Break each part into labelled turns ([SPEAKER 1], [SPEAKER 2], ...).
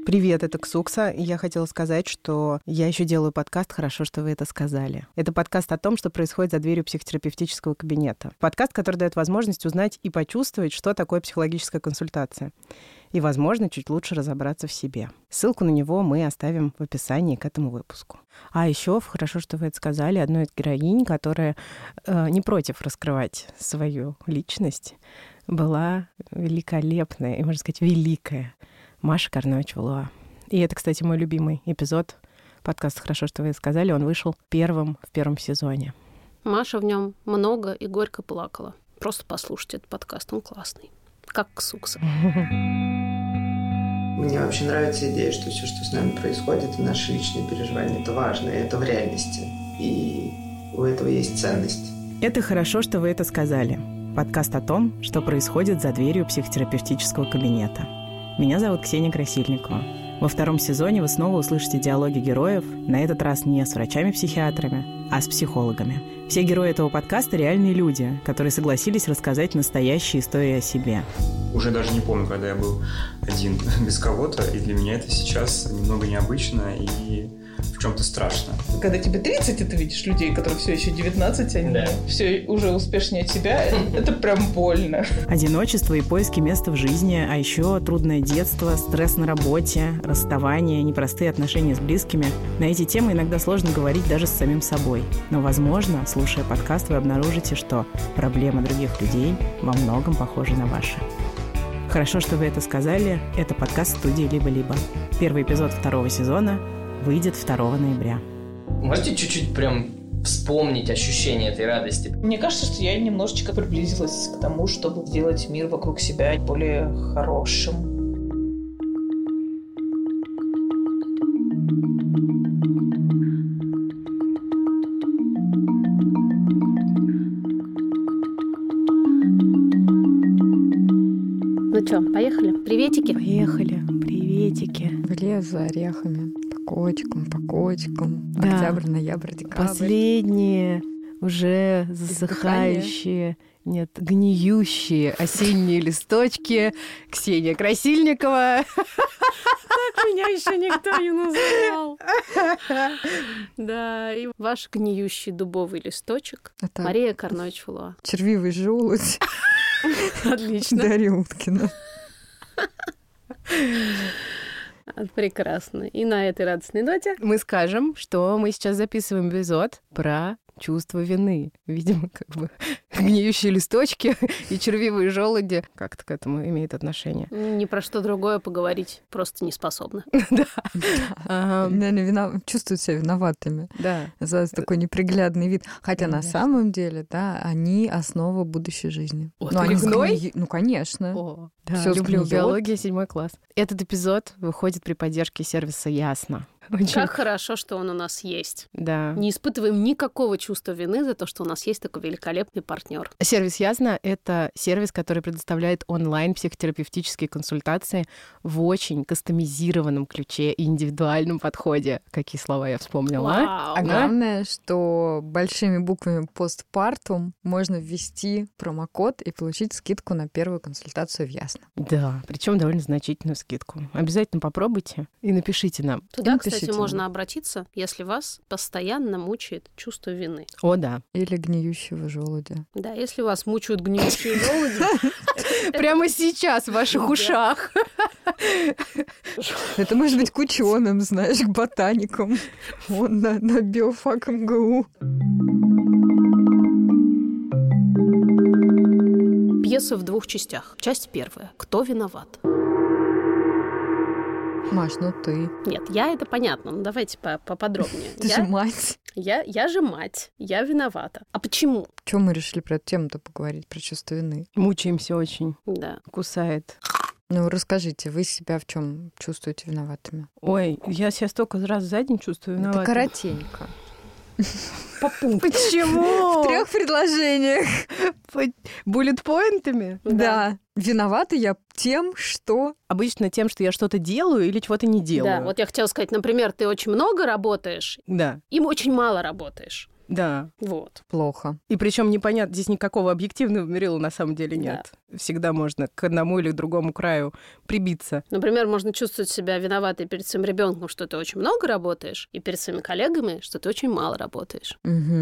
[SPEAKER 1] Привет, это Ксукса. И я хотела сказать, что я еще делаю подкаст «Хорошо, что вы это сказали». Это подкаст о том, что происходит за дверью психотерапевтического кабинета. Подкаст, который дает возможность узнать и почувствовать, что такое психологическая консультация. И, возможно, чуть лучше разобраться в себе. Ссылку на него мы оставим в описании к этому выпуску. А еще «Хорошо, что вы это сказали» одной из героинь, которая не против раскрывать свою личность, была великолепная, и, можно сказать, великая Маша Карнович-Валуа. И это, кстати, мой любимый эпизод подкаста «Хорошо, что вы это сказали». Он вышел первым в первом сезоне.
[SPEAKER 2] Маша в нем много и горько плакала. Просто послушайте этот подкаст, он классный. Как Ксукса.
[SPEAKER 3] Мне вообще нравится идея, что все, что с нами происходит, и наши личные переживания, это важно, и это в реальности. И у этого есть ценность.
[SPEAKER 1] Это «Хорошо, что вы это сказали». Подкаст о том, что происходит за дверью психотерапевтического кабинета. Меня зовут Ксения Красильникова. Во втором сезоне вы снова услышите диалоги героев, на этот раз не с врачами-психиатрами, а с психологами. Все герои этого подкаста – реальные люди, которые согласились рассказать настоящие истории о себе.
[SPEAKER 4] Уже даже не помню, когда я был один без кого-то, и для меня это сейчас немного необычно и в чем-то страшно.
[SPEAKER 5] Когда тебе 30, и ты видишь людей, которые все еще 19, они все уже успешнее тебя, это прям больно.
[SPEAKER 1] Одиночество и поиски места в жизни, а еще трудное детство, стресс на работе, расставание, непростые отношения с близкими. На эти темы иногда сложно говорить даже с самим собой. Но, возможно, слушая подкаст, вы обнаружите, что проблемы других людей во многом похожи на ваши. Хорошо, что вы это сказали. Это подкаст студии «Либо-либо». Первый эпизод второго сезона выйдет 2 ноября.
[SPEAKER 6] Можете чуть-чуть прям вспомнить ощущение этой радости?
[SPEAKER 5] Мне кажется, что я немножечко приблизилась к тому, чтобы сделать мир вокруг себя более хорошим.
[SPEAKER 2] Ну что, поехали? Приветики?
[SPEAKER 1] Поехали. Приветики.
[SPEAKER 7] В лес за орехами. По кочкам.
[SPEAKER 1] Да.
[SPEAKER 7] Октябрь, ноябрь, декабрь.
[SPEAKER 1] Последние уже засыхающие, нет, гниющие осенние листочки. Ксения Красильникова.
[SPEAKER 2] Так меня еще никто не называл. Да, и ваш гниющий дубовый листочек. Мария Карнович-Валуа.
[SPEAKER 7] Червивый желудь.
[SPEAKER 2] Отлично.
[SPEAKER 7] Дарья Уткина.
[SPEAKER 2] Прекрасно. И на этой радостной ноте
[SPEAKER 1] мы скажем, что мы сейчас записываем эпизод про чувство вины. Видимо, как бы гниющие листочки и червивые желуди как-то к этому имеют отношение.
[SPEAKER 2] Ни про что другое поговорить просто не способны.
[SPEAKER 1] Да.
[SPEAKER 7] Наверное, чувствуют себя виноватыми за такой неприглядный вид. Хотя на самом деле, да, они основа будущей жизни.
[SPEAKER 1] Ну, они гной?
[SPEAKER 7] Ну, конечно.
[SPEAKER 1] Да, люблю биология, 7 класс. Этот эпизод выходит при поддержке сервиса «Ясно». Очень...
[SPEAKER 2] Как хорошо, что он у нас есть.
[SPEAKER 1] Да.
[SPEAKER 2] Не испытываем никакого чувства вины за то, что у нас есть такой великолепный партнер.
[SPEAKER 1] Сервис «Ясно» — это сервис, который предоставляет онлайн-психотерапевтические консультации в очень кастомизированном ключе и индивидуальном подходе. Какие слова я вспомнила.
[SPEAKER 2] Вау.
[SPEAKER 7] А главное, что большими буквами «постпартум» можно ввести промокод и получить скидку на первую консультацию в «Ясно».
[SPEAKER 1] Да, причем довольно значительную скидку. Обязательно попробуйте и напишите нам.
[SPEAKER 2] Туда, кстати, можно обратиться, если вас постоянно мучает чувство вины.
[SPEAKER 1] О, да.
[SPEAKER 7] Или гниющего желудя.
[SPEAKER 2] Да, если вас мучают гниющие желуди.
[SPEAKER 1] Прямо сейчас в ваших ушах.
[SPEAKER 7] Это может быть к ученым, знаешь, к ботаникам. Он на биофак МГУ.
[SPEAKER 2] Пьеса в 2 частях. Часть 1. Кто виноват?
[SPEAKER 7] Маш, ну ты.
[SPEAKER 2] Нет, я это понятно, но давайте поподробнее.
[SPEAKER 7] Ты же мать.
[SPEAKER 2] Я же мать, я виновата. А почему?
[SPEAKER 7] Чего мы решили про эту тему-то поговорить, про чувство вины?
[SPEAKER 1] Мучаемся очень.
[SPEAKER 2] Да.
[SPEAKER 1] Кусает.
[SPEAKER 7] Ну, расскажите, вы себя в чем чувствуете виноватыми?
[SPEAKER 1] Ой, я себя столько раз за день чувствую виноватой.
[SPEAKER 7] Это коротенько.
[SPEAKER 1] По пунктам. Почему?
[SPEAKER 7] В 3 предложениях.
[SPEAKER 1] Буллет-поинтами?
[SPEAKER 7] Да. Виновата я тем, что...
[SPEAKER 1] Обычно тем, что я что-то делаю или чего-то не делаю.
[SPEAKER 2] Да, вот я хотела сказать, например, ты очень много работаешь,
[SPEAKER 1] да,
[SPEAKER 2] и очень мало работаешь.
[SPEAKER 1] Да.
[SPEAKER 2] Вот.
[SPEAKER 7] Плохо.
[SPEAKER 1] И причем непонятно, здесь никакого объективного мерила на самом деле нет. Всегда можно к одному или к другому краю прибиться.
[SPEAKER 2] Например, можно чувствовать себя виноватой перед своим ребенком, что ты очень много работаешь, и перед своими коллегами, что ты очень мало работаешь.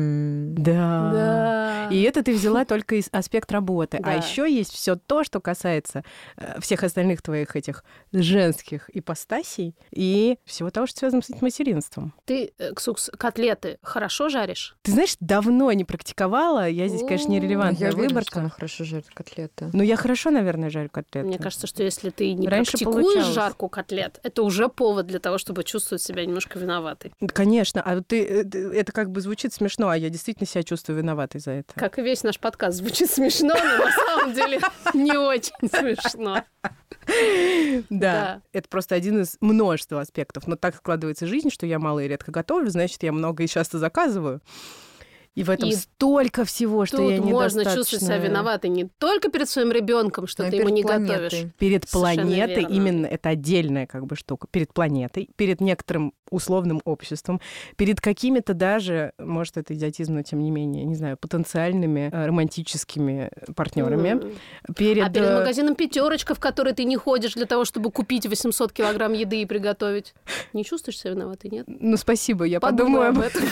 [SPEAKER 1] Да. И это ты взяла только из аспекта работы.
[SPEAKER 2] Да.
[SPEAKER 1] А еще есть все то, что касается всех остальных твоих этих женских ипостасей и всего того, что связано с этим материнством.
[SPEAKER 2] Ты, Ксукс, котлеты хорошо жаришь?
[SPEAKER 1] Ты знаешь, давно не практиковала. Я здесь, конечно, нерелевантная
[SPEAKER 7] Я уверена, что
[SPEAKER 1] выборка.
[SPEAKER 7] она хорошо жарит котлеты.
[SPEAKER 1] Ну, я хорошо, наверное, жарю котлеты.
[SPEAKER 2] Мне кажется, что если ты не
[SPEAKER 1] Раньше
[SPEAKER 2] практикуешь
[SPEAKER 1] получалось.
[SPEAKER 2] жарку котлет, это уже повод для того, чтобы чувствовать себя немножко виноватой.
[SPEAKER 1] Конечно. А ты, это как бы звучит смешно, а я действительно себя чувствую виноватой за это.
[SPEAKER 2] Как и весь наш подкаст звучит смешно, но на самом деле не очень смешно.
[SPEAKER 1] Да, это просто один из множества аспектов. Но так складывается жизнь, что я мало и редко готовлю, значит, я много и часто заказываю. И в этом
[SPEAKER 2] И
[SPEAKER 1] столько всего, что я
[SPEAKER 2] Тут
[SPEAKER 1] недостаточно...
[SPEAKER 2] можно чувствовать себя виноватой не только перед своим ребенком, что
[SPEAKER 7] Но и
[SPEAKER 2] ты ему
[SPEAKER 7] перед
[SPEAKER 2] не
[SPEAKER 7] планетой.
[SPEAKER 2] готовишь.
[SPEAKER 1] Перед
[SPEAKER 2] Совершенно
[SPEAKER 1] планетой,
[SPEAKER 2] верно.
[SPEAKER 1] именно это отдельная как бы штука, перед планетой, перед некоторым условным обществом, перед какими-то даже, может, это идиотизм, но тем не менее, не знаю, потенциальными романтическими партнерами.
[SPEAKER 2] А перед
[SPEAKER 1] э,
[SPEAKER 2] магазином «Пятерочка», в который ты не ходишь для того, чтобы купить 800 килограмм еды и приготовить. Не чувствуешь себя виноватой, нет?
[SPEAKER 1] Ну, спасибо, я
[SPEAKER 2] Подумай
[SPEAKER 1] подумаю
[SPEAKER 2] об
[SPEAKER 1] об
[SPEAKER 2] этом.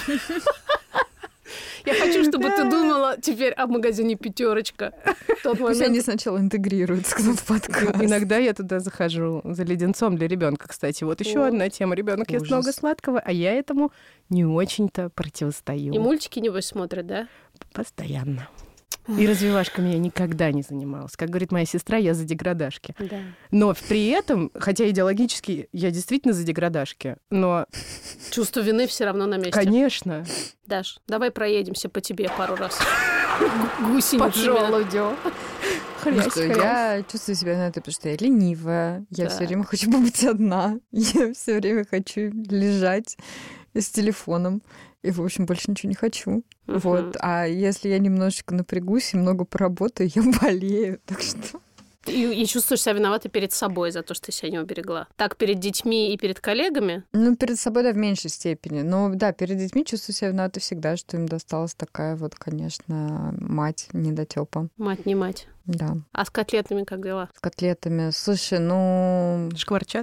[SPEAKER 2] Я хочу, чтобы ты думала теперь о магазине «Пятерочка». В тот
[SPEAKER 7] Пусть
[SPEAKER 2] момент.
[SPEAKER 7] они сначала интегрируются к нам в подкаст.
[SPEAKER 1] Иногда я туда захожу за леденцом для ребенка, кстати. Вот еще
[SPEAKER 2] О,
[SPEAKER 1] одна тема. Ребенок ест
[SPEAKER 7] ужас.
[SPEAKER 1] много сладкого, а я этому не очень-то противостою.
[SPEAKER 2] И мультики, небось, смотрят, да?
[SPEAKER 1] Постоянно. И развивашками я никогда не занималась. Как говорит моя сестра, я за деградашки.
[SPEAKER 2] Да.
[SPEAKER 1] Но при этом, хотя идеологически я действительно за деградашки, но,
[SPEAKER 2] Чувство вины все равно на месте.
[SPEAKER 1] конечно,
[SPEAKER 2] Даш, давай проедемся по тебе пару раз.
[SPEAKER 1] под
[SPEAKER 2] Гусеницами.
[SPEAKER 1] желудью.
[SPEAKER 7] Ну что, я чувствую себя на это, потому что я ленивая, я
[SPEAKER 2] Да.
[SPEAKER 7] все время хочу побыть одна, я все время хочу лежать с телефоном. И, в общем, больше ничего не хочу. Вот. А если я немножечко напрягусь и много поработаю, я болею. Так что...
[SPEAKER 2] И чувствуешь себя виноватой перед собой за то, что ты себя не уберегла. Так перед детьми и перед коллегами?
[SPEAKER 7] Ну, перед собой, да, в меньшей степени. Но, да, перед детьми чувствую себя виноватой всегда, что им досталась такая вот, конечно, мать недотёпа.
[SPEAKER 2] Мать не мать.
[SPEAKER 7] Да.
[SPEAKER 2] А с котлетами как дела?
[SPEAKER 7] С котлетами. Слушай, ну...
[SPEAKER 1] Шкварчат.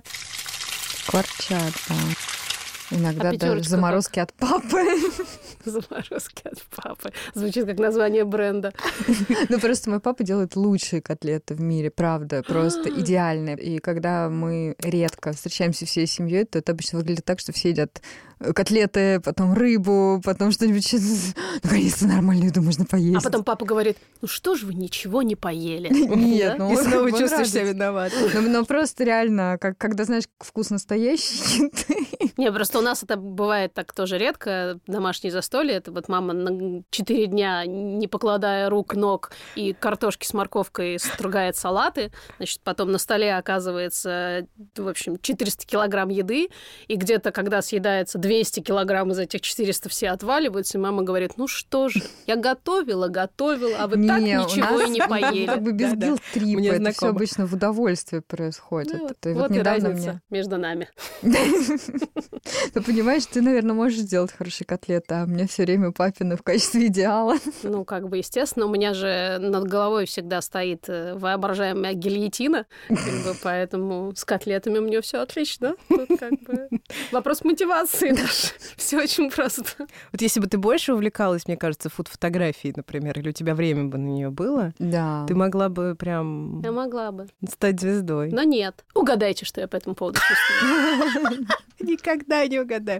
[SPEAKER 7] Кварчат, да. Иногда даже
[SPEAKER 2] «Пятёрочка»
[SPEAKER 7] заморозки от папы.
[SPEAKER 2] Заморозки от папы. Звучит как название бренда.
[SPEAKER 7] Ну, просто мой папа делает лучшие котлеты в мире, правда, просто идеальные. И когда мы редко встречаемся всей семьей, то это обычно выглядит так, что все едят котлеты, потом рыбу, потом что-нибудь... Наконец-то нормальную еду можно поесть.
[SPEAKER 2] А потом папа говорит, ну что ж вы ничего не поели?
[SPEAKER 7] Нет,
[SPEAKER 2] Да?
[SPEAKER 7] ну
[SPEAKER 1] И снова
[SPEAKER 7] он
[SPEAKER 1] чувствуешь себя
[SPEAKER 7] радуется.
[SPEAKER 1] виноватой.
[SPEAKER 7] Но просто реально, когда знаешь вкус настоящей еды.
[SPEAKER 2] Не, просто у нас это бывает так тоже редко, домашнее застолье. Это вот мама на 4 дня, не покладая рук, ног и картошки с морковкой стругает салаты. Значит, потом на столе оказывается, в общем, 400 килограмм еды. И где-то, когда съедается 200 килограмм из этих 400, все отваливаются. И мама говорит, ну что же, я готовила, а вы так ничего и не поели.
[SPEAKER 7] Как бы без
[SPEAKER 1] Да-да.
[SPEAKER 7] гилт-трипа.
[SPEAKER 1] Мне
[SPEAKER 7] Это все
[SPEAKER 1] знакомо.
[SPEAKER 7] обычно в удовольствии происходит.
[SPEAKER 2] Ну,
[SPEAKER 7] Это
[SPEAKER 2] вот и
[SPEAKER 7] недавно
[SPEAKER 2] разница между нами.
[SPEAKER 7] Ты понимаешь, ты, наверное, можешь сделать хорошие котлеты, а мне все время папины в качестве идеала.
[SPEAKER 2] Ну, как бы, естественно, у меня же над головой всегда стоит воображаемая гильотина, как бы, поэтому с котлетами у меня все отлично. Тут как бы вопрос мотивации даже. Все очень просто.
[SPEAKER 1] Вот если бы ты больше увлекалась, мне кажется, фуд-фотографией, например, или у тебя время бы на нее было,
[SPEAKER 7] Да.
[SPEAKER 1] ты могла бы прям
[SPEAKER 2] Я могла бы.
[SPEAKER 1] стать звездой.
[SPEAKER 2] Но нет. Угадайте, что я по этому поводу чувствую.
[SPEAKER 1] Никогда не угадаю.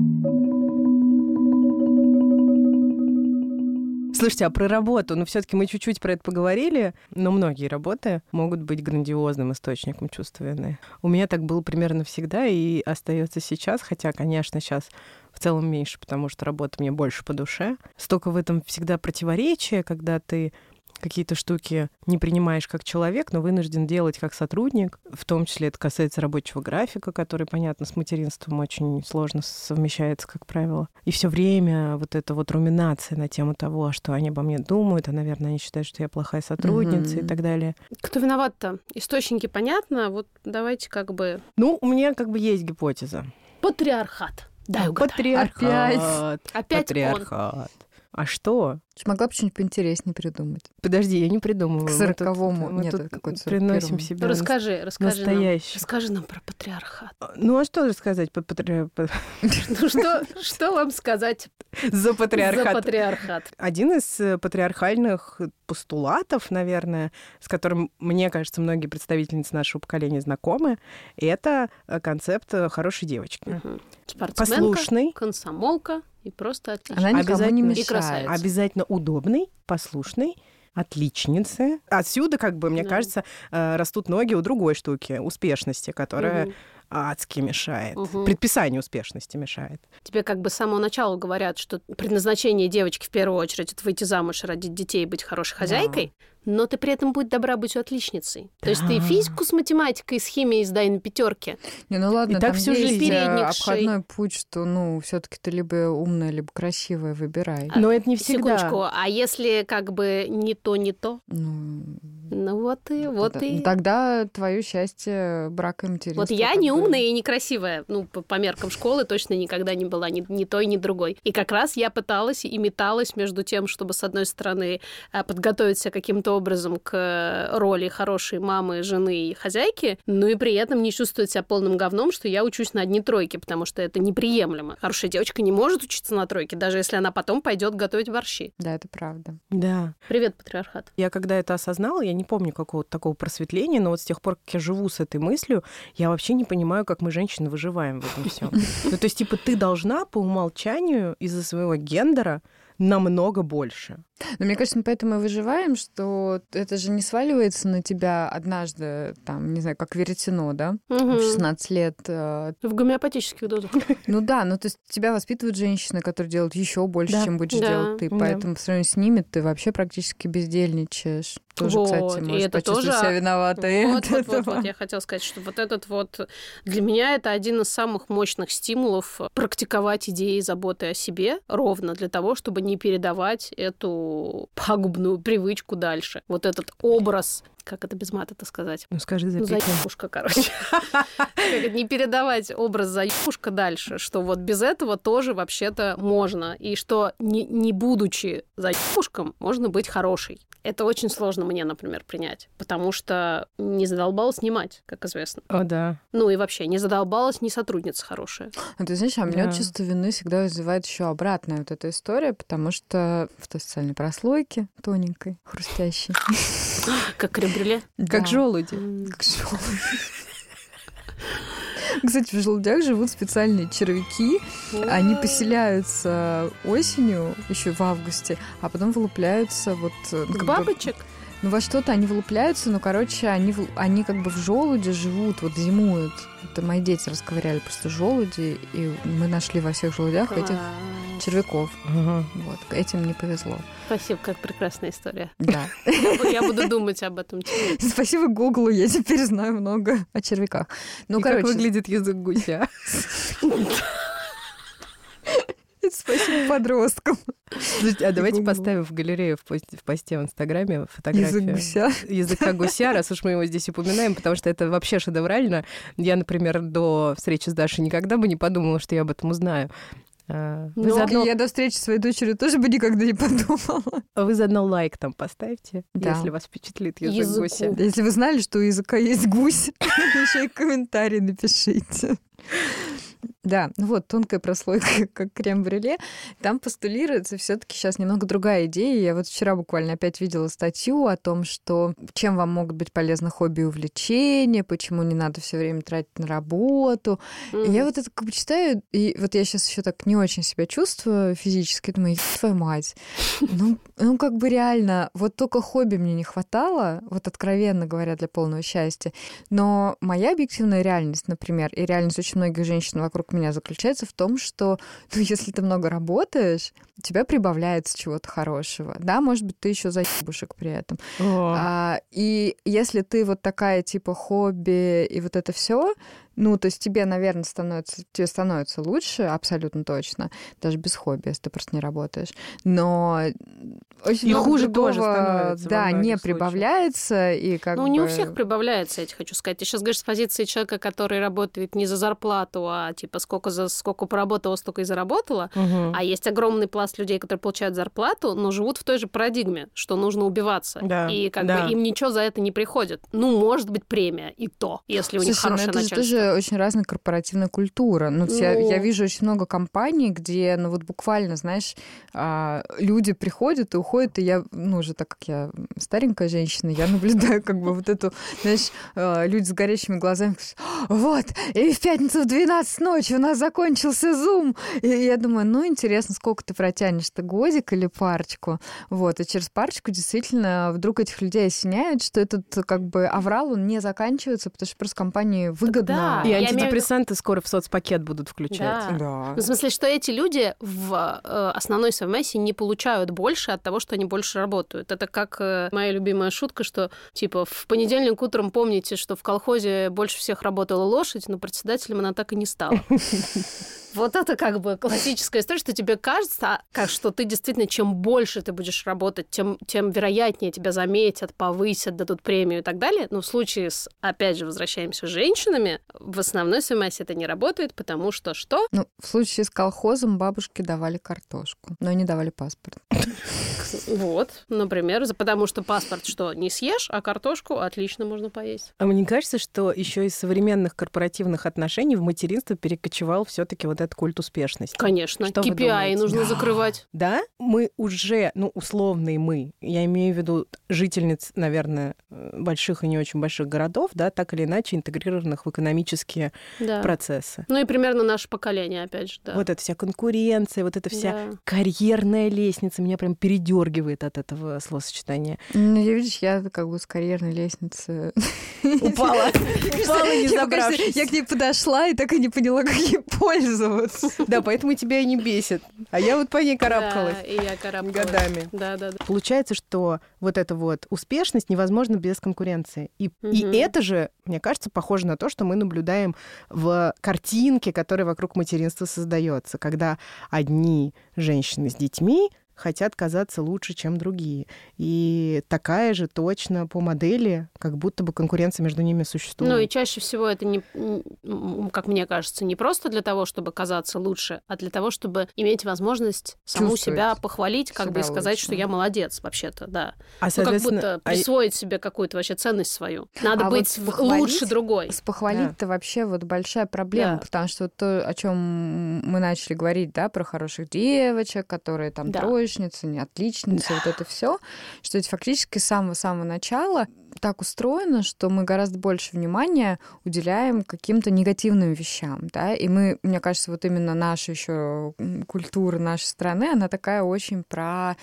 [SPEAKER 1] Слушайте, а про работу, ну все-таки мы чуть-чуть про это поговорили, но многие работы могут быть грандиозным источником чувства вины. У меня так было примерно всегда и остается сейчас, хотя, конечно, сейчас в целом меньше, потому что работа мне больше по душе. Столько в этом всегда противоречия, когда ты какие-то штуки не принимаешь как человек, но вынужден делать как сотрудник. В том числе это касается рабочего графика, который, понятно, с материнством очень сложно совмещается, как правило. И все время вот эта вот руминация на тему того, что они обо мне думают, а, наверное, они считают, что я плохая сотрудница и так далее.
[SPEAKER 2] Кто виноват-то? Источники понятно. Вот давайте как бы...
[SPEAKER 1] Ну, у меня как бы есть гипотеза.
[SPEAKER 2] Патриархат. Дай угадаю.
[SPEAKER 1] Патриархат.
[SPEAKER 2] Опять
[SPEAKER 1] Патриархат. А что?
[SPEAKER 7] Могла бы что-нибудь поинтереснее придумать.
[SPEAKER 1] Подожди, я не придумываю.
[SPEAKER 7] К 40-му.
[SPEAKER 1] Мы
[SPEAKER 7] Нет,
[SPEAKER 1] тут
[SPEAKER 7] это какой-то 41-й.
[SPEAKER 1] приносим себе
[SPEAKER 2] Расскажи
[SPEAKER 1] настоящий.
[SPEAKER 2] Расскажи нам про патриархат.
[SPEAKER 1] Ну, а что рассказать по патриархату?
[SPEAKER 2] Ну, что вам сказать
[SPEAKER 1] За патриархат.
[SPEAKER 2] за патриархат?
[SPEAKER 1] Один из патриархальных постулатов, наверное, с которым, мне кажется, многие представительницы нашего поколения знакомы, это концепт хорошей девочки.
[SPEAKER 2] Спортсменка,
[SPEAKER 1] Послушный.
[SPEAKER 2] комсомолка и просто отлично.
[SPEAKER 7] Она никому не
[SPEAKER 1] Обязательно.
[SPEAKER 2] И
[SPEAKER 7] мешает.
[SPEAKER 2] красавица.
[SPEAKER 1] Обязательно удобный, послушный, отличницы. Отсюда, как бы, мне
[SPEAKER 2] Да.
[SPEAKER 1] кажется, растут ноги у другой штуки, успешности, которая адски мешает. Предписание успешности мешает.
[SPEAKER 2] Тебе как бы с самого начала говорят, что предназначение девочки в первую очередь это выйти замуж, родить детей и быть хорошей хозяйкой, но ты при этом будь добра быть отличницей. То есть ты физику с математикой, с химией сдай на 5.
[SPEAKER 7] Не, ну ладно,
[SPEAKER 1] И так
[SPEAKER 7] там
[SPEAKER 1] всю
[SPEAKER 7] есть
[SPEAKER 1] жизнь.
[SPEAKER 2] Передник,
[SPEAKER 7] обходной путь, что, ну, все-таки ты либо умная, либо красивая, выбирай.
[SPEAKER 1] Но это не всегда.
[SPEAKER 2] Секундочку, а если как бы не то,
[SPEAKER 7] Ну,
[SPEAKER 2] вот и...
[SPEAKER 7] Тогда твое счастье брака и материнства.
[SPEAKER 2] Вот я
[SPEAKER 7] как
[SPEAKER 2] не
[SPEAKER 7] бы.
[SPEAKER 2] умная и некрасивая. Ну, по меркам школы точно никогда не была ни той, ни другой. И как раз я пыталась и металась между тем, чтобы, с одной стороны, подготовить себя каким-то образом к роли хорошей мамы, жены и хозяйки, но и при этом не чувствовать себя полным говном, что я учусь на одни тройки, потому что это неприемлемо. Хорошая девочка не может учиться на тройке, даже если она потом пойдет готовить борщи.
[SPEAKER 7] Да, это правда.
[SPEAKER 1] Да.
[SPEAKER 2] Привет, патриархат.
[SPEAKER 1] Я когда это осознала, я не помню какого-то такого просветления, но вот с тех пор, как я живу с этой мыслью, я вообще не понимаю, как мы, женщины, выживаем в этом всем. Ну, то есть, типа, ты должна по умолчанию из-за своего гендера намного больше.
[SPEAKER 7] Но мне кажется, мы поэтому и выживаем, что это же не сваливается на тебя однажды, там, не знаю, как веретено, да? В 16 лет.
[SPEAKER 2] В гомеопатических дозах.
[SPEAKER 7] Ну да, ну то есть тебя воспитывают женщины, которые делают еще больше,
[SPEAKER 1] Да.
[SPEAKER 7] чем будешь
[SPEAKER 2] Да.
[SPEAKER 7] делать ты.
[SPEAKER 1] Да.
[SPEAKER 7] Поэтому по сравнению с ними ты вообще практически бездельничаешь. Тоже,
[SPEAKER 2] Вот,
[SPEAKER 7] кстати,
[SPEAKER 2] и
[SPEAKER 7] можешь
[SPEAKER 2] это
[SPEAKER 7] почувствовать
[SPEAKER 2] тоже-
[SPEAKER 7] себя виноватой от этого.
[SPEAKER 2] Вот, я хотела сказать, что вот этот вот... Для меня это один из самых мощных стимулов практиковать идеи заботы о себе ровно для того, чтобы не передавать эту пагубную привычку дальше. Вот этот образ, как это без мата-то сказать?
[SPEAKER 1] Ну, скажи,
[SPEAKER 2] Ну,
[SPEAKER 1] запикай.
[SPEAKER 2] заебушка, короче. Как это, не передавать образ заебушка дальше, что вот без этого тоже вообще-то можно. И что не будучи заебушком, можно быть хорошей. Это очень сложно мне, например, принять, потому что не задолбалась снимать, как известно.
[SPEAKER 1] О, да.
[SPEAKER 2] Ну и вообще, не задолбалась не сотрудница хорошая.
[SPEAKER 7] А ты знаешь, а меня
[SPEAKER 1] Да.
[SPEAKER 7] чувство вины всегда вызывает еще обратная вот эта история, потому что в той социальной прослойке тоненькой, хрустящей.
[SPEAKER 2] Как крем-брюле.
[SPEAKER 1] Как
[SPEAKER 7] Да.
[SPEAKER 1] желуди.
[SPEAKER 7] Как желуди. Кстати, в желудях живут специальные червяки. Они поселяются осенью, еще в августе, а потом вылупляются вот...
[SPEAKER 2] К бабочек?
[SPEAKER 7] Ну, во что-то они вылупляются, но, короче, они как бы в желуде живут, вот зимуют. Это мои дети расковыряли просто желуди, и мы нашли во всех желудях этих червяков.
[SPEAKER 1] Ага.
[SPEAKER 7] Вот, этим не повезло.
[SPEAKER 2] Спасибо, как прекрасная история.
[SPEAKER 7] Да.
[SPEAKER 2] Я буду думать об этом теперь.
[SPEAKER 7] Спасибо Гуглу, я теперь знаю много о червяках. Ну,
[SPEAKER 1] И
[SPEAKER 7] короче,
[SPEAKER 1] как выглядит язык гуся?
[SPEAKER 7] спасибо подросткам.
[SPEAKER 1] Слушайте, а давайте
[SPEAKER 7] Гуглу.
[SPEAKER 1] поставим в галерею в посте в Инстаграме
[SPEAKER 7] Язык
[SPEAKER 1] фотографию
[SPEAKER 7] гуся.
[SPEAKER 1] языка гуся, раз уж мы его здесь упоминаем, потому что это вообще шедеврально. Я, например, до встречи с Дашей никогда бы не подумала, что я об этом узнаю. Вы
[SPEAKER 2] Ну,
[SPEAKER 1] заодно,
[SPEAKER 7] Я до встречи с своей дочерью тоже бы никогда не подумала.
[SPEAKER 1] вы заодно лайк там поставьте,
[SPEAKER 7] Да.
[SPEAKER 1] если вас впечатлит язык
[SPEAKER 2] Языку.
[SPEAKER 1] гуся.
[SPEAKER 7] Если вы знали, что у языка есть гусь, еще и комментарий напишите. Да, ну вот, тонкая прослойка, как крем-брюле. Там постулируется все-таки сейчас немного другая идея. Я вот вчера буквально опять видела статью о том, что чем вам могут быть полезны хобби и увлечения, почему не надо все время тратить на работу. И я вот это как бы читаю, и вот я сейчас еще так не очень себя чувствую физически, думаю, твою мать. Ну, как бы реально, вот только хобби мне не хватало, вот откровенно говоря, для полного счастья. Но моя объективная реальность, например, и реальность очень многих женщин вокруг меня заключается в том, что если ты много работаешь, у тебя прибавляется чего-то хорошего. Да, может быть, ты еще заебушек при этом. И если ты вот такая типа хобби и вот это все, Ну, то есть тебе, наверное, становится лучше, абсолютно точно, даже без хобби, если ты просто не работаешь. Но очень
[SPEAKER 1] И
[SPEAKER 7] много
[SPEAKER 1] хуже
[SPEAKER 7] другого,
[SPEAKER 1] тоже становится во многих
[SPEAKER 7] не
[SPEAKER 1] случаях.
[SPEAKER 7] прибавляется. И как
[SPEAKER 2] Ну,
[SPEAKER 7] бы...
[SPEAKER 2] не у всех прибавляется, я тебе хочу сказать. Ты сейчас говоришь с позиции человека, который работает не за зарплату, а типа сколько поработала, столько и заработала.
[SPEAKER 1] Мгм.
[SPEAKER 2] А есть огромный пласт людей, которые получают зарплату, но живут в той же парадигме, что нужно убиваться.
[SPEAKER 1] Да,
[SPEAKER 2] И как
[SPEAKER 1] да.
[SPEAKER 2] бы им ничего за это не приходит. Ну, может быть, премия и то, если у них
[SPEAKER 7] Слушай, ну
[SPEAKER 2] хорошее
[SPEAKER 7] это же
[SPEAKER 2] начальство.
[SPEAKER 7] тоже очень разная корпоративная культура. Ну, я вижу очень много компаний, где, ну вот буквально, знаешь, люди приходят и уходят, и я, ну уже так как я старенькая женщина, я наблюдаю как бы вот эту, знаешь, люди с горящими глазами, вот, и в пятницу в 12 ночи у нас закончился Zoom. И я думаю, ну интересно, сколько ты протянешь-то, годик или парочку? Вот, и через парочку действительно вдруг этих людей осеняет, что этот как бы аврал, он не заканчивается, потому что просто компании выгодно.
[SPEAKER 2] да.
[SPEAKER 1] И
[SPEAKER 2] Я имею в виду-
[SPEAKER 1] антидепрессанты скоро в соцпакет будут включать.
[SPEAKER 2] Да. Ну, в смысле, что эти люди в основной своей массе не получают больше от того, что они больше работают. Это как моя любимая шутка, что типа в понедельник утром помните, что в колхозе больше всех работала лошадь, но председателем она так и не стала. Вот это как бы классическая история, что тебе кажется, что ты действительно, чем больше ты будешь работать, тем вероятнее тебя заметят, повысят, дадут премию и так далее. Но в случае с, опять же, возвращаемся с женщинами, в основной своей массе это не работает, потому что что?
[SPEAKER 7] Ну, в случае с колхозом бабушки давали картошку, но не давали паспорт.
[SPEAKER 2] Вот, например, потому что паспорт что, не съешь, а картошку отлично можно поесть.
[SPEAKER 1] А мне кажется, что еще из современных корпоративных отношений в материнство перекочевал все-таки вот этот культ успешности.
[SPEAKER 2] Конечно,
[SPEAKER 1] Что вы
[SPEAKER 2] KPI
[SPEAKER 1] думаете?
[SPEAKER 2] нужно закрывать.
[SPEAKER 1] Да, мы уже, условные мы, я имею в виду жительниц, наверное, больших и не очень больших городов, да, так или иначе интегрированных в экономические
[SPEAKER 2] Да.
[SPEAKER 1] процессы.
[SPEAKER 2] Ну и примерно наше поколение, опять же, да.
[SPEAKER 1] Вот эта вся конкуренция, вот эта вся
[SPEAKER 2] Да.
[SPEAKER 1] карьерная лестница меня прям передергивает от этого словосочетания.
[SPEAKER 7] Ну, видишь, я как бы с карьерной лестницы
[SPEAKER 1] Упала не забравшись.
[SPEAKER 7] Я к ней подошла и так и не поняла, как ей пользоваться.
[SPEAKER 1] Да, поэтому тебя и не бесит. А я вот по ней карабкалась
[SPEAKER 2] Да, и я карабкалась.
[SPEAKER 1] годами.
[SPEAKER 2] Да.
[SPEAKER 1] Получается, что вот эта вот успешность невозможна без конкуренции. И это же, мне кажется, похоже на то, что мы наблюдаем в картинке, которая вокруг материнства создается, когда одни женщины с детьми хотят казаться лучше, чем другие. И такая же точно по модели, как будто бы конкуренция между ними существует.
[SPEAKER 2] Ну и чаще всего это, не, как мне кажется, не просто для того, чтобы казаться лучше, а для того, чтобы иметь возможность саму
[SPEAKER 7] Чувствовать
[SPEAKER 2] себя похвалить, как бы и
[SPEAKER 7] себя
[SPEAKER 2] сказать,
[SPEAKER 7] лучше.
[SPEAKER 2] что я молодец, вообще-то, да.
[SPEAKER 1] А,
[SPEAKER 2] Ну, как
[SPEAKER 1] соответственно,
[SPEAKER 2] будто присвоить себе какую-то вообще ценность свою. Надо
[SPEAKER 7] А
[SPEAKER 2] быть
[SPEAKER 7] вот похвалить-
[SPEAKER 2] лучше другой.
[SPEAKER 7] Похвалить-то вообще вот большая проблема,
[SPEAKER 2] Да.
[SPEAKER 7] потому что вот то, о чем мы начали говорить, да, про хороших девочек, которые там
[SPEAKER 2] Да.
[SPEAKER 7] троечницы, не отличницы, вот это все, что ведь фактически с самого-самого начала так устроено, что мы гораздо больше внимания уделяем каким-то негативным вещам, да, и мы, мне кажется, вот именно наша еще культура нашей страны, она такая очень про,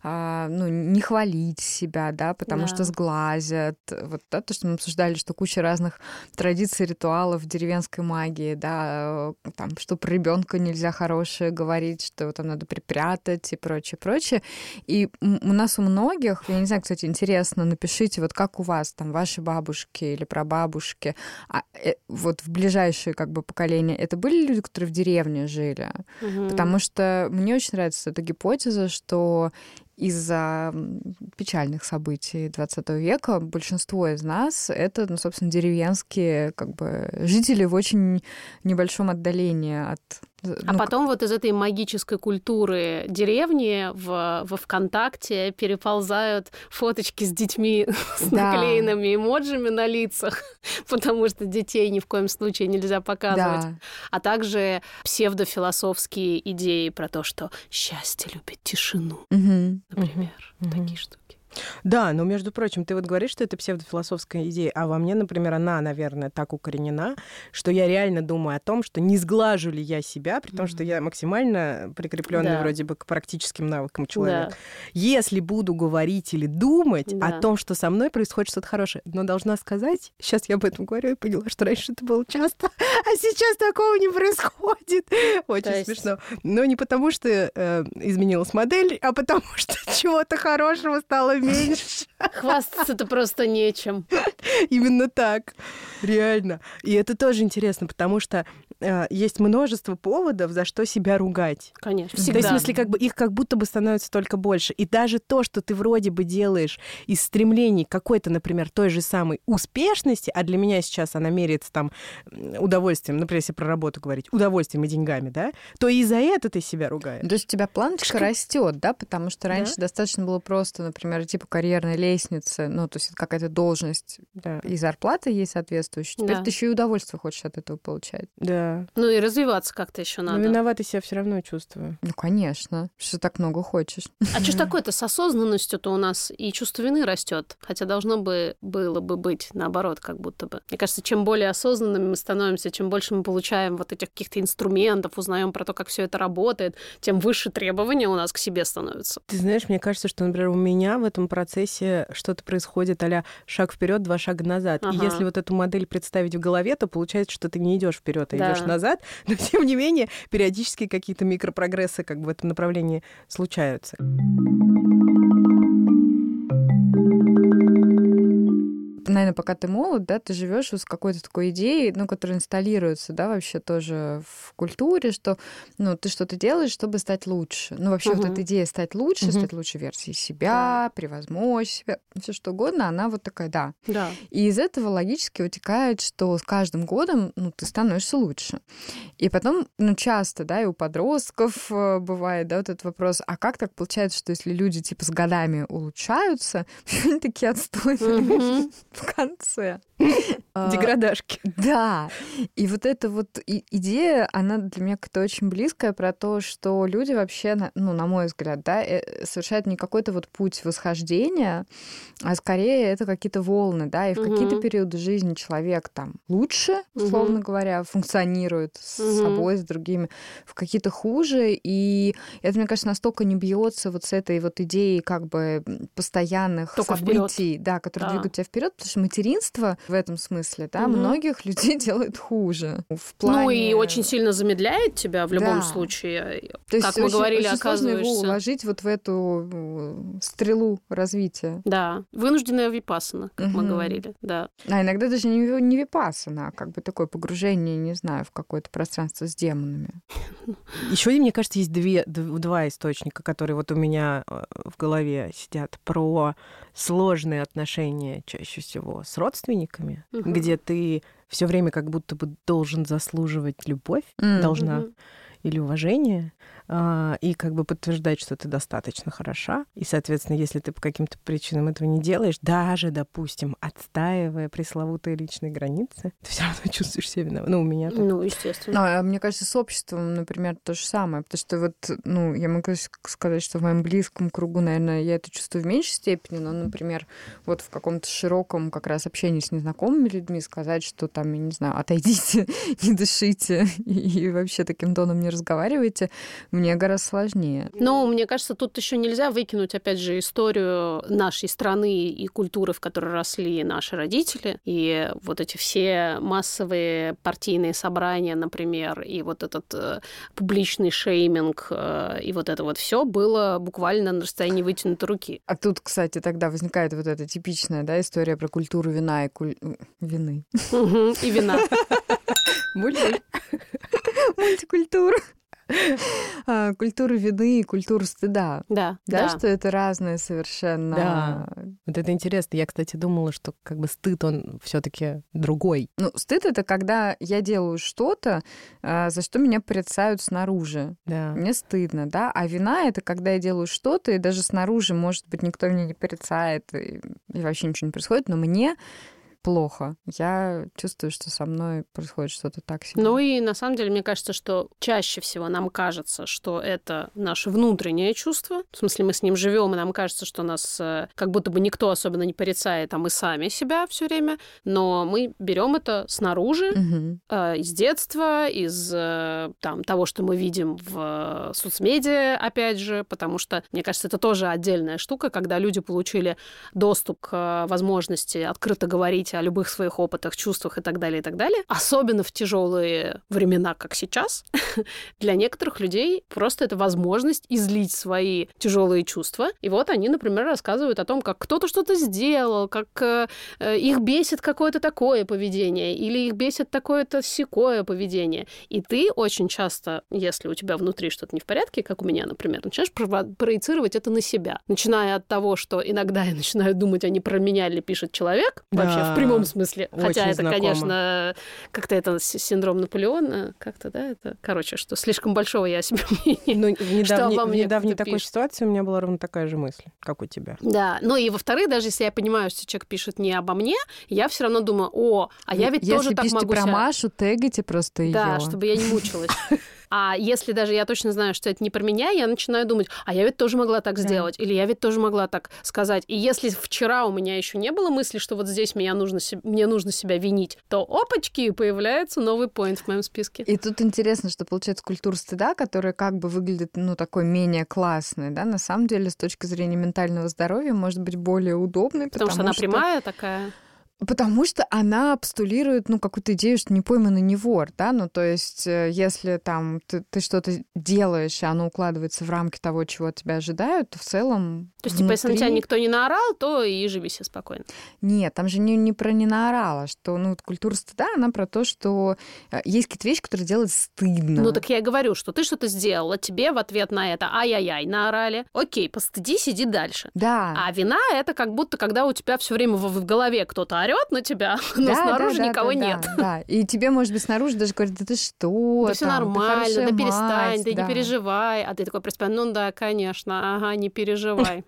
[SPEAKER 7] не хвалить себя, да, потому
[SPEAKER 2] Да.
[SPEAKER 7] что сглазят, вот да, то, что мы обсуждали, что куча разных традиций, ритуалов деревенской магии, да, там, что про ребенка нельзя хорошее говорить, что там надо припрятать и прочее, прочее. И у нас у многих, я не знаю, кстати, интересно, напишите, вот как у вас, там, ваши бабушки или прабабушки, вот в ближайшие как бы поколения, это были люди, которые в деревне жили? Потому что мне очень нравится эта гипотеза, что из-за печальных событий 20 века большинство из нас — это, собственно, деревенские как бы жители в очень небольшом отдалении от...
[SPEAKER 2] А потом вот из этой магической культуры деревни во ВКонтакте переползают фоточки с детьми с
[SPEAKER 7] Да.
[SPEAKER 2] наклеенными эмоджами на лицах, потому что детей ни в коем случае нельзя показывать.
[SPEAKER 7] Да.
[SPEAKER 2] А также псевдофилософские идеи про то, что счастье любит тишину,
[SPEAKER 7] Мгм.
[SPEAKER 2] например. Такие штуки.
[SPEAKER 1] Да, но, между прочим, ты вот говоришь, что это псевдофилософская идея, а во мне, например, она, наверное, так укоренена, что я реально думаю о том, что не сглажу ли я себя, при том, что я максимально прикрепленный
[SPEAKER 2] Да.
[SPEAKER 1] вроде бы к практическим навыкам человека.
[SPEAKER 2] Да.
[SPEAKER 1] Если буду говорить или думать
[SPEAKER 2] Да.
[SPEAKER 1] о том, что со мной происходит что-то хорошее, но должна сказать, сейчас я об этом говорю и поняла, что раньше это было часто, а сейчас такого не происходит. Очень
[SPEAKER 2] То есть-
[SPEAKER 1] смешно. Но не потому, что изменилась модель, а потому что чего-то хорошего стало меньше.
[SPEAKER 2] Хвастаться-то просто нечем.
[SPEAKER 1] Именно так. Реально. И это тоже интересно, потому что есть множество поводов, за что себя ругать.
[SPEAKER 2] Конечно,
[SPEAKER 1] То
[SPEAKER 2] всегда.
[SPEAKER 1] есть, в смысле, как бы их как будто бы становится только больше. И даже то, что ты вроде бы делаешь из стремлений какой-то, например, той же самой успешности, а для меня сейчас она меряется там удовольствием, например, если про работу говорить, удовольствием и деньгами, да, то и за это ты себя ругаешь.
[SPEAKER 7] То есть у тебя планочка растет, да? Потому что раньше достаточно было просто, например, типа карьерной лестницы, ну, то есть это какая-то должность и зарплата есть соответствующая. Теперь ты еще и удовольствие хочешь от этого получать.
[SPEAKER 1] Да.
[SPEAKER 2] Ну и развиваться как-то еще надо.
[SPEAKER 1] Но виноватой себя все равно чувствую.
[SPEAKER 7] Ну, конечно, что так много хочешь.
[SPEAKER 2] А что ж такое-то с осознанностью-то у нас и чувство вины растет, хотя должно было бы быть наоборот, как будто бы. Мне кажется, чем более осознанными мы становимся, чем больше мы получаем вот этих каких-то инструментов, узнаем про то, как все это работает, тем выше требования у нас к себе становятся.
[SPEAKER 1] Ты знаешь, мне кажется, что, например, у меня в этом процессе что-то происходит а-ля шаг вперед, 2 шага назад. И если вот эту модель представить в голове, то получается, что ты не идешь вперед, а идешь назад. Но тем не менее, периодически какие-то микропрогрессы как бы в этом направлении случаются.
[SPEAKER 7] Наверное, пока ты молод, да, ты живешь с какой-то такой идеей, ну, которая инсталируется, да, вообще тоже в культуре, что, ну, ты что-то делаешь, чтобы стать лучше. Ну, вообще вот эта идея стать лучше, стать лучшей версией себя, превозмочь себя, все что угодно, она вот такая, да. И из этого логически вытекает, что с каждым годом, ну, ты становишься лучше. И потом, ну, часто, да, и у подростков бывает, да, вот этот вопрос, а как так получается, что если люди, типа, с годами улучшаются, они такие отстойные в конце.
[SPEAKER 1] Деградашки.
[SPEAKER 7] Да. И вот эта вот идея, она для меня как-то очень близкая про то, что люди вообще, ну, на мой взгляд, да, совершают не какой-то вот путь восхождения, а скорее это какие-то волны, да, и в какие-то периоды жизни человек там лучше, условно говоря, функционирует с собой, с другими, в какие-то хуже, и это, мне кажется, настолько не бьется вот с этой вот идеей как бы постоянных
[SPEAKER 2] только
[SPEAKER 7] событий, да, которые двигают тебя вперед, потому что материнство в этом смысле, да, многих людей делает хуже. В плане...
[SPEAKER 2] Ну и очень сильно замедляет тебя в любом случае.
[SPEAKER 7] То есть
[SPEAKER 2] как мы говорили,
[SPEAKER 7] очень сложно его
[SPEAKER 2] оказываешься...
[SPEAKER 7] уложить вот в эту стрелу развития.
[SPEAKER 2] Да, вынужденная випассана, как мы говорили, да.
[SPEAKER 7] А иногда даже не випассана, а как бы такое погружение, не знаю, в какое-то пространство с демонами.
[SPEAKER 1] Еще, мне кажется, есть два источника, которые вот у меня в голове сидят, про сложные отношения чаще всего с родственниками, где ты все время как будто бы должен заслуживать любовь, должна, или уважение, и как бы подтверждать, что ты достаточно хороша. И, соответственно, если ты по каким-то причинам этого не делаешь, даже, допустим, отстаивая пресловутые личные границы, ты все равно чувствуешь себя виноватым. Ну, у меня так.
[SPEAKER 2] Ну, естественно.
[SPEAKER 7] А мне кажется, с обществом, например, то же самое. Потому что вот, ну, я могу сказать, что в моем близком кругу, наверное, я это чувствую в меньшей степени, но, например, вот в каком-то широком как раз общении с незнакомыми людьми сказать, что там, я не знаю, отойдите, не дышите и вообще таким тоном не разговаривайте, мне гораздо сложнее.
[SPEAKER 2] Но мне кажется, тут еще нельзя выкинуть, опять же, историю нашей страны и культуры, в которой росли наши родители. И вот эти все массовые партийные собрания, например, и вот этот публичный шейминг, и вот это вот все было буквально на расстоянии вытянутой руки.
[SPEAKER 7] А тут, кстати, тогда возникает вот эта типичная, да, история про культуру вина и вины.
[SPEAKER 2] И вина.
[SPEAKER 7] Мультикультура. Культуру вины и культуру стыда.
[SPEAKER 2] Да.
[SPEAKER 7] Что это разные совершенно.
[SPEAKER 1] Да. Вот это интересно. Я, кстати, думала, что как бы стыд, он все-таки другой.
[SPEAKER 7] Ну, стыд — это когда я делаю что-то, за что меня порицают снаружи.
[SPEAKER 1] Да.
[SPEAKER 7] Мне стыдно, да. А вина — это когда я делаю что-то, и даже снаружи, может быть, никто меня не порицает, и вообще ничего не происходит, но мне плохо. Я чувствую, что со мной происходит что-то так себе.
[SPEAKER 2] Ну и на самом деле, мне кажется, что чаще всего нам кажется, что это наше внутреннее чувство. В смысле, мы с ним живем, и нам кажется, что нас как будто бы никто особенно не порицает, а мы сами себя все время. Но мы берем это снаружи, из детства, из там, того, что мы видим в соцмедиа, опять же, потому что, мне кажется, это тоже отдельная штука, когда люди получили доступ к возможности открыто говорить говорить о любых своих опытах, чувствах и так далее, и так далее. Особенно в тяжелые времена, как сейчас, для некоторых людей просто это возможность излить свои тяжелые чувства. И вот они, например, рассказывают о том, как кто-то что-то сделал, как их бесит какое-то такое поведение, или их бесит такое-то сякое поведение. И ты очень часто, если у тебя внутри что-то не в порядке, как у меня, например, начинаешь проецировать это на себя. Начиная от того, что иногда я начинаю думать, а не про меня ли пишет человек, вообще в прямом смысле. Хотя это, конечно, как-то это синдром Наполеона, как-то, да, это, короче, что слишком большого я о себе мнения.
[SPEAKER 1] В недавней такой ситуации у меня была ровно такая же мысль, как у тебя.
[SPEAKER 2] Да, ну и во-вторых, даже если я понимаю, что человек пишет не обо мне, я все равно думаю, а я ведь тоже так могу себя...
[SPEAKER 7] Если пишете про Машу, тегайте просто ее.
[SPEAKER 2] Да, чтобы я не мучилась. А если даже я точно знаю, что это не про меня, я начинаю думать, а я ведь тоже могла так сделать, или я ведь тоже могла так сказать. И если вчера у меня еще не было мысли, что вот здесь мне нужно себя винить, то опачки, появляется новый поинт в моем списке.
[SPEAKER 7] И тут интересно, что получается культура стыда, которая как бы выглядит, такой менее классной, да, на самом деле с точки зрения ментального здоровья может быть более удобной,
[SPEAKER 2] потому что она прямая такая.
[SPEAKER 7] Потому что она постулирует, какую-то идею, что не пойманный не вор, да, то есть если там ты что-то делаешь, и оно укладывается в рамки того, чего от тебя ожидают, то в целом
[SPEAKER 2] То есть, если на тебя никто не наорал, то и живи себе спокойно.
[SPEAKER 7] Нет, там же не про не наорала, что, культура стыда, она про то, что есть какие-то вещи, которые делать стыдно.
[SPEAKER 2] Ну, так я и говорю, что ты что-то сделала, тебе в ответ на это ай-яй-яй наорали. Окей, постыдись, иди дальше.
[SPEAKER 7] Да.
[SPEAKER 2] А вина — это как будто, когда у тебя все время в голове кто-то орёт на тебя, но снаружи никого нет.
[SPEAKER 7] Да, и тебе, может быть, снаружи даже говорят, да ты что?
[SPEAKER 2] Да все нормально, да перестань, да не переживай. А ты такой проспан, да, конечно, ага, не переживай.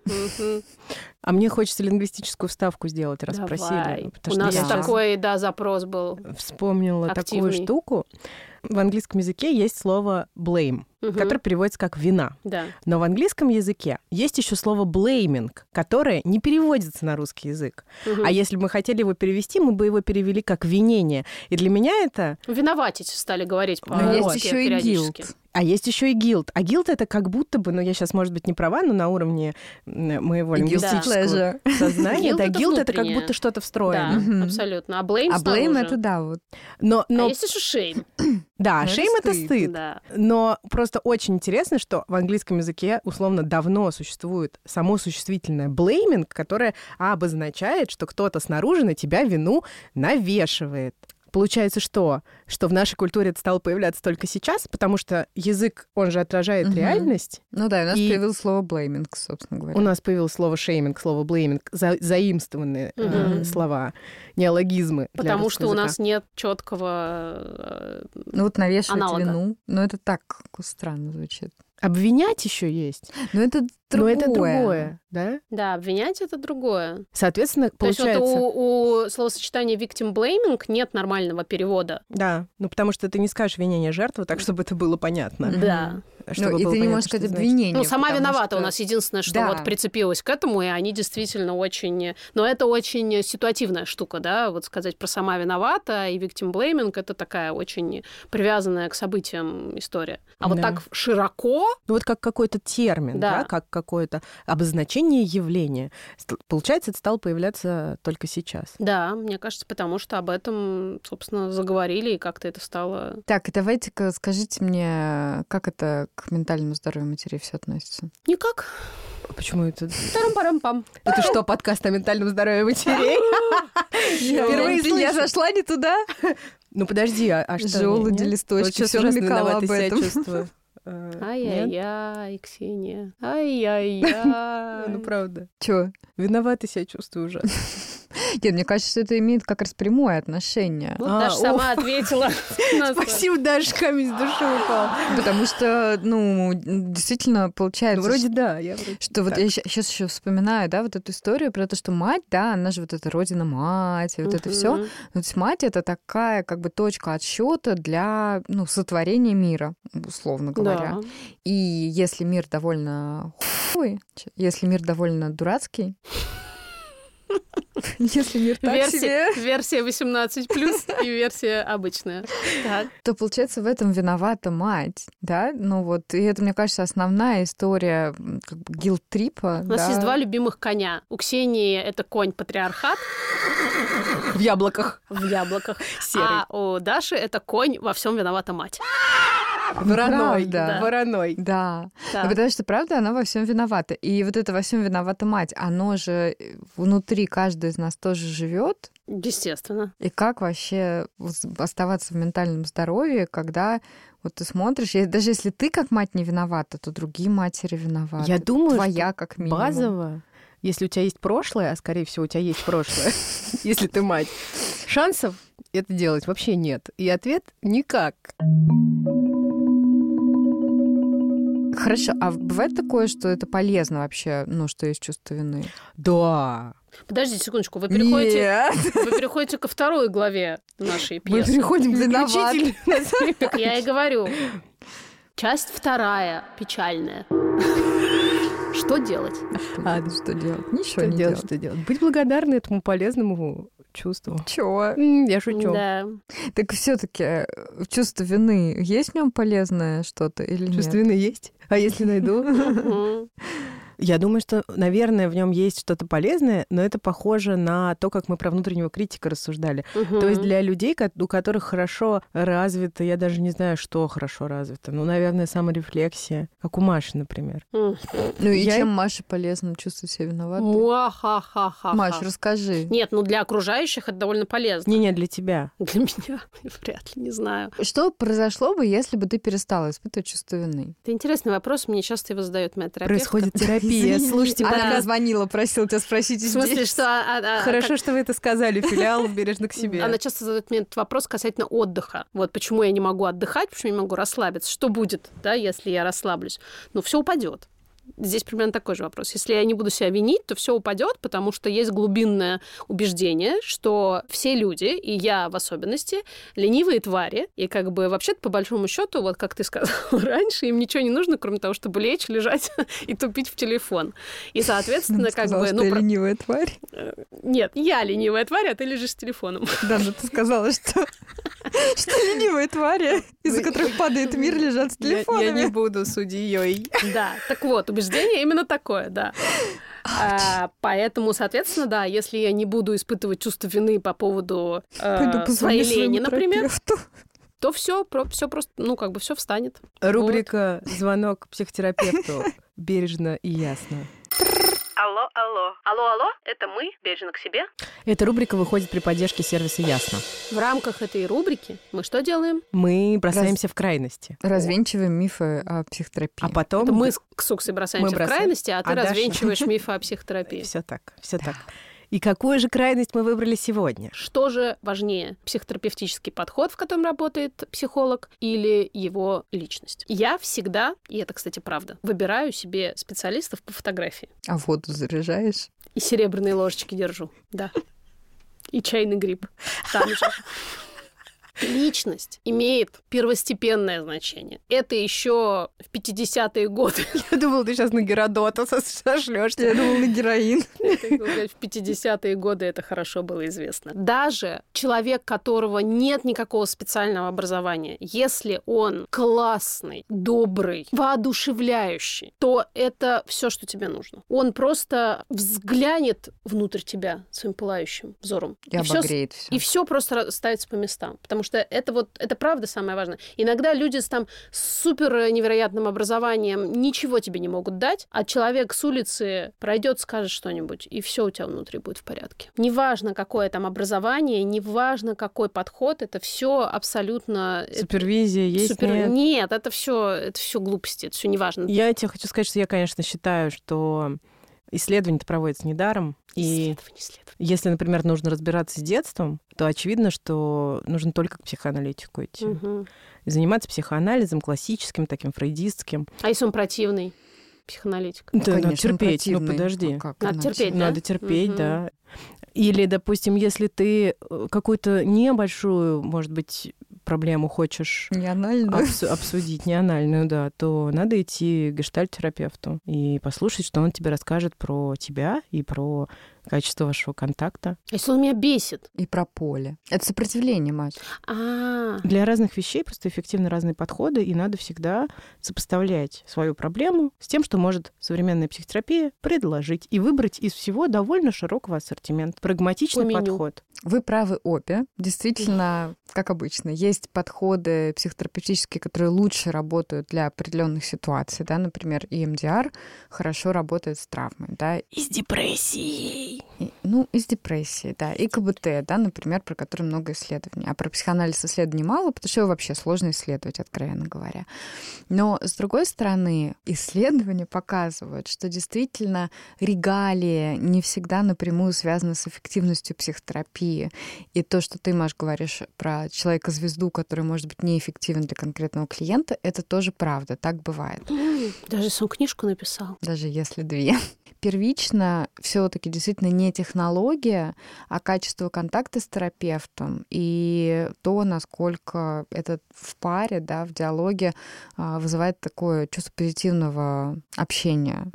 [SPEAKER 1] А мне хочется лингвистическую вставку сделать, раз спросили.
[SPEAKER 2] У нас такой, запрос был.
[SPEAKER 1] Вспомнила
[SPEAKER 2] активный.
[SPEAKER 1] такую штуку. В английском языке есть слово blame, которое переводится как вина.
[SPEAKER 2] Да.
[SPEAKER 1] Но в английском языке есть еще слово blaming, которое не переводится на русский язык. А если бы мы хотели его перевести, мы бы его перевели как винение. И для меня это...
[SPEAKER 2] Виноватить стали говорить
[SPEAKER 7] по-русски есть еще периодически. И guilt.
[SPEAKER 1] А есть еще и guilt. А guilt — это как будто бы, я сейчас, может быть, не права, но на уровне моего лингвистического сознания, guilt — это как будто что-то встроено.
[SPEAKER 2] Да, абсолютно. А blame
[SPEAKER 7] это да, вот.
[SPEAKER 1] Но
[SPEAKER 2] есть еще shame.
[SPEAKER 1] Да, shame — это стыд.
[SPEAKER 2] Да.
[SPEAKER 1] Но просто очень интересно, что в английском языке условно давно существует само существительное blaming, которое обозначает, что кто-то снаружи на тебя вину навешивает. Получается, что в нашей культуре это стало появляться только сейчас, потому что язык, он же отражает реальность.
[SPEAKER 7] Ну да, у нас появилось слово blaming, собственно говоря.
[SPEAKER 1] У нас появилось слово shaming, слово blaming, заимствованные слова, неологизмы.
[SPEAKER 2] Потому что у нас нет четкого
[SPEAKER 7] навешивать вину. Но это так странно звучит.
[SPEAKER 1] Обвинять еще есть.
[SPEAKER 7] Но это
[SPEAKER 1] другое, да?
[SPEAKER 2] Да, обвинять — это другое.
[SPEAKER 1] Соответственно, получается...
[SPEAKER 2] То есть у словосочетания victim blaming нет нормального перевода.
[SPEAKER 1] Да, потому что ты не скажешь винение жертвы, так, чтобы это было понятно.
[SPEAKER 2] Да.
[SPEAKER 7] И ты не можешь сказать обвинение.
[SPEAKER 2] Сама виновата у нас единственное, что вот прицепилось к этому, и они действительно очень... Но это очень ситуативная штука, да, вот сказать про сама виновата и victim blaming — это такая очень привязанная к событиям история. А вот так широко...
[SPEAKER 1] вот как какой-то термин, да, как какое-то обозначение явления. Получается, это стало появляться только сейчас.
[SPEAKER 2] Да, мне кажется, потому что об этом, собственно, заговорили, и как-то это стало...
[SPEAKER 7] Так, давайте-ка скажите мне, как это к ментальному здоровью матерей все относится?
[SPEAKER 2] Никак.
[SPEAKER 1] Почему это?
[SPEAKER 2] Тарам-парам-пам.
[SPEAKER 1] Это что, подкаст о ментальном здоровье матерей?
[SPEAKER 7] Я зашла не туда.
[SPEAKER 1] Ну подожди, а что?
[SPEAKER 7] Желуди, листочки, все намекала об этом.
[SPEAKER 2] Ай-яй-яй, Ксения. Ай-яй-яй.
[SPEAKER 1] Ну, правда.
[SPEAKER 7] Чё?
[SPEAKER 1] Виновата себя чувствую ужасно.
[SPEAKER 7] Нет, мне кажется, что это имеет как раз прямое отношение.
[SPEAKER 2] Вот Даша сама ответила.
[SPEAKER 1] Спасибо, Даша, камень с души упал.
[SPEAKER 7] Потому что, действительно, получается...
[SPEAKER 1] Вроде да.
[SPEAKER 7] Что вот я сейчас еще вспоминаю, да, вот эту историю про то, что мать, да, она же вот эта родина-мать, вот это все. То есть мать — это такая как бы точка отсчета для, сотворения мира, условно говоря. И если мир довольно дурацкий, Если мир так себе,
[SPEAKER 2] Версия 18+, и версия обычная. Так.
[SPEAKER 7] то, получается, в этом виновата мать, да? Ну вот, и это, мне кажется, основная история как бы гилт-трипа.
[SPEAKER 2] У нас есть два любимых коня. У Ксении это конь-патриархат
[SPEAKER 1] В яблоках.
[SPEAKER 2] в яблоках,
[SPEAKER 1] Серый.
[SPEAKER 2] а у Даши это конь «Во всем виновата мать».
[SPEAKER 1] Вороной.
[SPEAKER 7] Правда.
[SPEAKER 1] Вороной.
[SPEAKER 7] Да.
[SPEAKER 2] Так.
[SPEAKER 7] Ну, потому что, правда, она во всем виновата. И вот это во всем виновата мать, оно же внутри каждый из нас тоже живет.
[SPEAKER 2] Естественно.
[SPEAKER 7] И как вообще оставаться в ментальном здоровье, когда вот ты смотришь, даже если ты как мать не виновата, то другие матери виноваты.
[SPEAKER 1] Я думаю,
[SPEAKER 7] твоя
[SPEAKER 1] что
[SPEAKER 7] как минимум.
[SPEAKER 1] базово, если у тебя есть прошлое, а скорее всего у тебя есть прошлое, если ты мать, шансов это делать вообще нет. И ответ — никак.
[SPEAKER 7] Хорошо, а бывает такое, что это полезно вообще, ну, что есть чувство вины?
[SPEAKER 1] Да.
[SPEAKER 2] Подождите секундочку, вы
[SPEAKER 7] Нет.
[SPEAKER 2] переходите ко второй главе нашей
[SPEAKER 1] Мы
[SPEAKER 2] пьесы.
[SPEAKER 1] переходим к
[SPEAKER 7] Виноват.
[SPEAKER 1] заключительной.
[SPEAKER 2] Так я и говорю. Часть вторая, печальная. Что делать?
[SPEAKER 7] Что делать? Ничего
[SPEAKER 1] Что
[SPEAKER 7] не
[SPEAKER 1] делать,
[SPEAKER 7] делать.
[SPEAKER 1] что делать? Быть благодарны этому полезному чувству.
[SPEAKER 7] Чего?
[SPEAKER 1] Я шучу.
[SPEAKER 2] Да.
[SPEAKER 7] Так все-таки чувство вины, есть в нем полезное что-то или
[SPEAKER 1] Чувство
[SPEAKER 7] нет?
[SPEAKER 1] вины есть? А если найду?
[SPEAKER 2] Мгм.
[SPEAKER 1] Я думаю, что, наверное, в нем есть что-то полезное, но это похоже на то, как мы про внутреннего критика рассуждали. То есть для людей, у которых хорошо развито, я даже не знаю, что хорошо развито, ну, наверное, саморефлексия, как у Маши, например.
[SPEAKER 2] Мгм.
[SPEAKER 7] Ну и
[SPEAKER 1] Я-
[SPEAKER 7] чем Маше полезно чувствовать себя виноватой?
[SPEAKER 2] Муа-ха-ха-ха-ха.
[SPEAKER 7] Маш, расскажи.
[SPEAKER 2] Нет, ну для окружающих это довольно полезно.
[SPEAKER 1] Не для тебя.
[SPEAKER 2] Для меня вряд ли, не знаю.
[SPEAKER 7] Что произошло бы, если бы ты перестала испытывать чувство вины?
[SPEAKER 2] Это интересный вопрос, мне часто его задает моя терапевтка.
[SPEAKER 1] Происходит терапия. Слушайте,
[SPEAKER 7] Она
[SPEAKER 1] подкаст.
[SPEAKER 7] звонила, просила тебя спросить
[SPEAKER 2] В смысле,
[SPEAKER 7] здесь.
[SPEAKER 2] что...
[SPEAKER 1] Хорошо, что вы это сказали, филиал бережно к себе.
[SPEAKER 2] Она часто задает мне этот вопрос касательно отдыха. Вот почему я не могу отдыхать, почему я не могу расслабиться. Что будет, да, если я расслаблюсь? Ну, все упадет. Здесь примерно такой же вопрос. Если я не буду себя винить, то все упадет, потому что есть глубинное убеждение, что все люди, и я в особенности, ленивые твари, и как бы вообще-то по большому счету, вот как ты сказала раньше, им ничего не нужно, кроме того, чтобы лечь, лежать и тупить в телефон. И, соответственно, как
[SPEAKER 7] Сказала,
[SPEAKER 2] бы...
[SPEAKER 7] что я ленивая тварь.
[SPEAKER 2] Нет, я ленивая тварь, а ты лежишь с телефоном.
[SPEAKER 7] Да, но ты сказала, что ленивые твари, из-за которых падает мир, лежат с
[SPEAKER 1] Я не
[SPEAKER 7] телефонами.
[SPEAKER 1] буду судьей.
[SPEAKER 2] Да, так вот, убеждение именно такое, да. Поэтому, соответственно, да, если я не буду испытывать чувство вины по поводу своей лени, например, то все просто, ну, как бы все встанет.
[SPEAKER 1] Рубрика «Звонок психотерапевту» бережно и ясно.
[SPEAKER 2] Алло, алло. Алло, алло, это мы, бережно к себе.
[SPEAKER 1] Эта рубрика выходит при поддержке сервиса «Ясно».
[SPEAKER 2] В рамках этой рубрики мы что делаем?
[SPEAKER 1] Мы бросаемся в крайности.
[SPEAKER 7] Развенчиваем мифы о психотерапии.
[SPEAKER 1] А потом...
[SPEAKER 2] Это мы с Ксуксой бросаемся
[SPEAKER 1] Мы
[SPEAKER 2] в
[SPEAKER 1] бросаем.
[SPEAKER 2] крайности, а ты
[SPEAKER 1] А Даша?
[SPEAKER 2] развенчиваешь мифы о психотерапии.
[SPEAKER 1] Все так, все так. И какую же крайность мы выбрали сегодня?
[SPEAKER 2] Что же важнее, психотерапевтический подход, в котором работает психолог, или его личность? Я всегда, и это, кстати, правда, выбираю себе специалистов по фотографии.
[SPEAKER 7] А воду заряжаешь?
[SPEAKER 2] И серебряные ложечки держу, да. И чайный гриб там же. Личность имеет первостепенное значение. Это еще в 50-е годы.
[SPEAKER 1] Я думала, ты сейчас на Геродота сошлёшься.
[SPEAKER 7] Я думала, на героин.
[SPEAKER 2] В 50-е годы это хорошо было известно. Даже человек, которого нет никакого специального образования, если он классный, добрый, воодушевляющий, то это все, что тебе нужно. Он просто взглянет внутрь тебя своим пылающим взором.
[SPEAKER 7] И обогреет все.
[SPEAKER 2] И все просто ставится по местам. Потому что это правда самое важное. Иногда люди с супер невероятным образованием ничего тебе не могут дать, а человек с улицы пройдет, скажет что-нибудь, и все у тебя внутри будет в порядке. Неважно, какое там образование, неважно, какой подход, это все абсолютно...
[SPEAKER 1] Супервизия есть, нет?
[SPEAKER 2] Нет, это все глупости, это все неважно.
[SPEAKER 1] Я тебе хочу сказать, что я, конечно, считаю, что исследования-то проводятся недаром. И если, например, нужно разбираться с детством, то очевидно, что нужно только к психоаналитику идти.
[SPEAKER 2] Угу.
[SPEAKER 1] И заниматься психоанализом классическим, таким фрейдистским.
[SPEAKER 2] А если он противный? Психоаналитик.
[SPEAKER 1] Да, надо
[SPEAKER 7] Конечно,
[SPEAKER 1] терпеть. Ну,
[SPEAKER 7] противный.
[SPEAKER 1] подожди.
[SPEAKER 7] А как
[SPEAKER 2] Надо
[SPEAKER 7] иначе?
[SPEAKER 2] терпеть, да?
[SPEAKER 1] Надо терпеть,
[SPEAKER 2] Мгм.
[SPEAKER 1] да. Или, допустим, если ты какую-то небольшую, может быть, проблему хочешь
[SPEAKER 7] Не анальную.
[SPEAKER 1] обсудить, не анальную, да, то надо идти к гештальт-терапевту и послушать, что он тебе расскажет про тебя и про качество вашего контакта.
[SPEAKER 2] Если он меня бесит.
[SPEAKER 7] И про поле. Это сопротивление, мать.
[SPEAKER 1] Для разных вещей просто эффективны разные подходы, и надо всегда сопоставлять свою проблему с тем, что может современная психотерапия предложить, и выбрать из всего довольно широкого ассортимента. Прагматичный подход.
[SPEAKER 7] Вы правы обе. Действительно, как обычно, есть подходы психотерапевтические, которые лучше работают для определенных ситуаций. Да? Например, EMDR хорошо работает с травмой. Да?
[SPEAKER 1] И с депрессией.
[SPEAKER 7] И с депрессией, да. И КБТ, да, например, про который много исследований. А про психоанализ исследований мало, потому что его вообще сложно исследовать, откровенно говоря. Но, с другой стороны, исследования показывают, что действительно регалии не всегда напрямую связаны с эффективностью психотерапии. И то, что ты, Маш, говоришь про человека-звезду, который может быть неэффективен для конкретного клиента, это тоже правда, так бывает.
[SPEAKER 2] Даже сам книжку написал.
[SPEAKER 7] Даже если 2. Первично все-таки действительно не технология, а качество контакта с терапевтом и то, насколько это в паре, да, в диалоге вызывает такое чувство позитивного общения.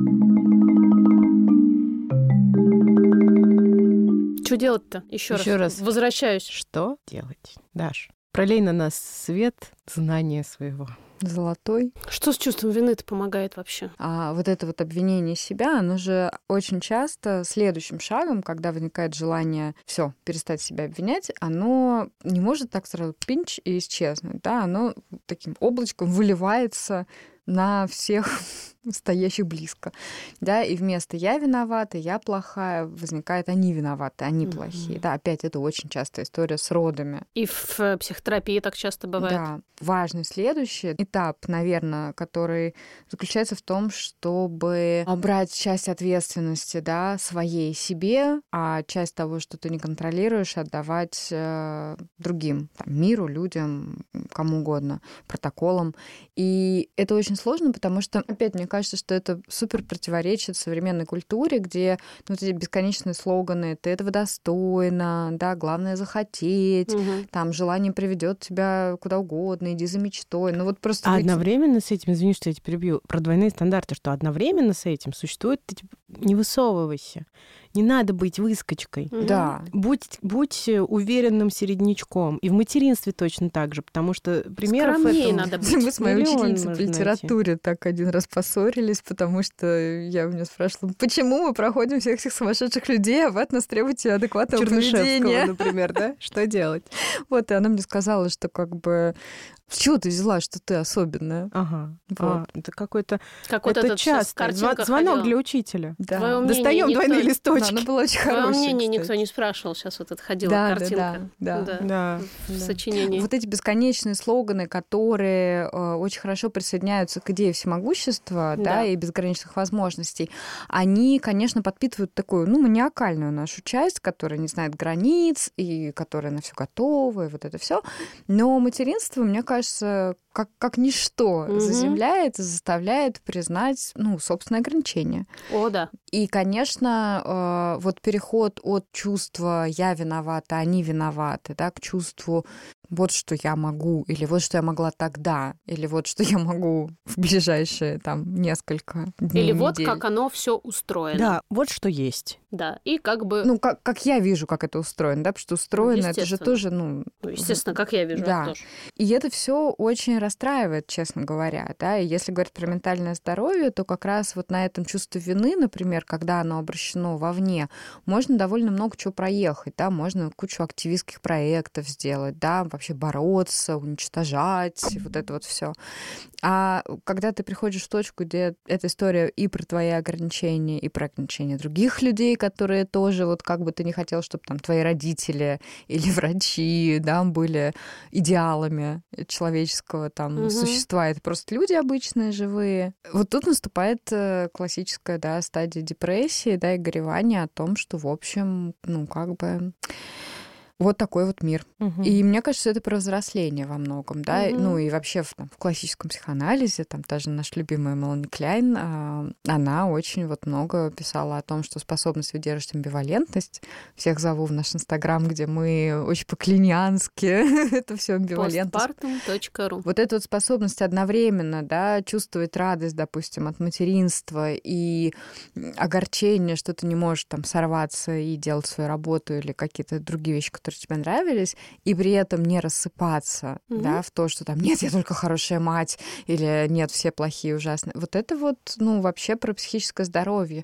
[SPEAKER 2] Что делать-то? Еще раз. Возвращаюсь.
[SPEAKER 1] Что делать? Даш, пролей на нас свет знания своего.
[SPEAKER 7] Золотой.
[SPEAKER 2] Что с чувством вины-то помогает вообще?
[SPEAKER 7] А вот это вот обвинение себя, оно же очень часто следующим шагом, когда возникает желание перестать себя обвинять, оно не может так сразу пинч и исчезнуть, да, оно таким облачком выливается на всех стоящих близко, да, и вместо «я виновата», «я плохая» возникает «они виноваты», «они плохие», да, опять это очень частая история с родами.
[SPEAKER 2] И в психотерапии так часто бывает.
[SPEAKER 7] Да, важный следующий этап, наверное, который заключается в том, чтобы брать часть ответственности, да, своей себе, а часть того, что ты не контролируешь, отдавать другим, там, миру, людям, кому угодно, протоколам. И это очень сложно, потому что, опять, мне кажется, что это супер противоречит современной культуре, где эти бесконечные слоганы «ты этого достойна», да, «главное захотеть», там «желание приведет тебя куда угодно, иди за мечтой». Ну вот просто...
[SPEAKER 1] А одновременно с этим, извини, что я тебя перебью, про двойные стандарты, что одновременно с этим существует, ты, не высовывайся, не надо быть выскочкой.
[SPEAKER 7] Да.
[SPEAKER 1] Будь уверенным середнячком. И в материнстве точно так же, потому что примеров этого...
[SPEAKER 2] надо быть.
[SPEAKER 7] Мы с моей учительницей по литературе так один раз поссорились, потому что я у нее спрашивала, почему мы проходим всех этих сумасшедших людей, а вы от нас требуете адекватного поведения.
[SPEAKER 1] Например, да? Что делать?
[SPEAKER 7] Вот, и она мне сказала, что как бы... С чего ты взяла, что ты особенная?
[SPEAKER 1] Ага.
[SPEAKER 7] Вот.
[SPEAKER 1] Это какой-то...
[SPEAKER 2] Это
[SPEAKER 1] часто. Звонок для учителя.
[SPEAKER 7] Да.
[SPEAKER 1] Достаем двойные листочки.
[SPEAKER 7] Да, она была очень
[SPEAKER 2] Твое
[SPEAKER 7] хорошая,
[SPEAKER 2] мнение
[SPEAKER 7] кстати.
[SPEAKER 2] никто не спрашивал. Сейчас вот это ходила
[SPEAKER 7] Да,
[SPEAKER 2] картинка.
[SPEAKER 7] да.
[SPEAKER 2] В сочинении.
[SPEAKER 7] Вот эти бесконечные слоганы, которые очень хорошо присоединяются к идее всемогущества, да, и безграничных возможностей, они, конечно, подпитывают такую, маниакальную нашу часть, которая не знает границ и которая на все готова, и вот это все. Но материнство, мне кажется, как ничто заземляет и заставляет признать, собственное ограничение.
[SPEAKER 2] О, да.
[SPEAKER 7] И, конечно, вот переход от чувства «я виновата», «они виноваты», да, к чувству «вот что я могу», или «вот что я могла тогда», или «вот что я могу в ближайшие там несколько дней,
[SPEAKER 2] или вот
[SPEAKER 7] недель».
[SPEAKER 2] как оно все устроено.
[SPEAKER 1] Да, вот что есть.
[SPEAKER 2] Да, и как бы...
[SPEAKER 7] как я вижу, как это устроено, да, потому что устроено это же тоже,
[SPEAKER 2] естественно, как я вижу,
[SPEAKER 7] да.
[SPEAKER 2] это тоже.
[SPEAKER 7] И это все очень расстраивает, честно говоря, да, и если говорить про ментальное здоровье, то как раз вот на этом чувстве вины, например, когда оно обращено вовне, можно довольно много чего проехать, да, можно кучу активистских проектов сделать, да, вообще бороться, уничтожать, вот это вот все. А когда ты приходишь в точку, где эта история и про твои ограничения, и про ограничения других людей, которые тоже, вот как бы ты не хотел, чтобы там твои родители или врачи, да, были идеалами человеческого там существа, это просто люди обычные, живые. Вот тут наступает классическая, да, стадия депрессии, да, и горевания о том, что, в общем, как бы... Вот такой вот мир.
[SPEAKER 1] Мгм.
[SPEAKER 7] И мне кажется, это про взросление во многом, да, ну и вообще в классическом психоанализе, там даже наша любимая Мелани Кляйн, она очень вот много писала о том, что способность выдерживать амбивалентность, всех зову в наш Инстаграм, где мы очень по-клиньянски это все амбивалентность.
[SPEAKER 2] Postpartum.ru.
[SPEAKER 7] Вот эта вот способность одновременно, да, чувствовать радость, допустим, от материнства и огорчение, что ты не можешь там сорваться и делать свою работу или какие-то другие вещи, которые тебе нравились, и при этом не рассыпаться, да, в то, что там нет, я только хорошая мать, или нет, все плохие, ужасные. Вот это вот, ну, вообще про психическое здоровье.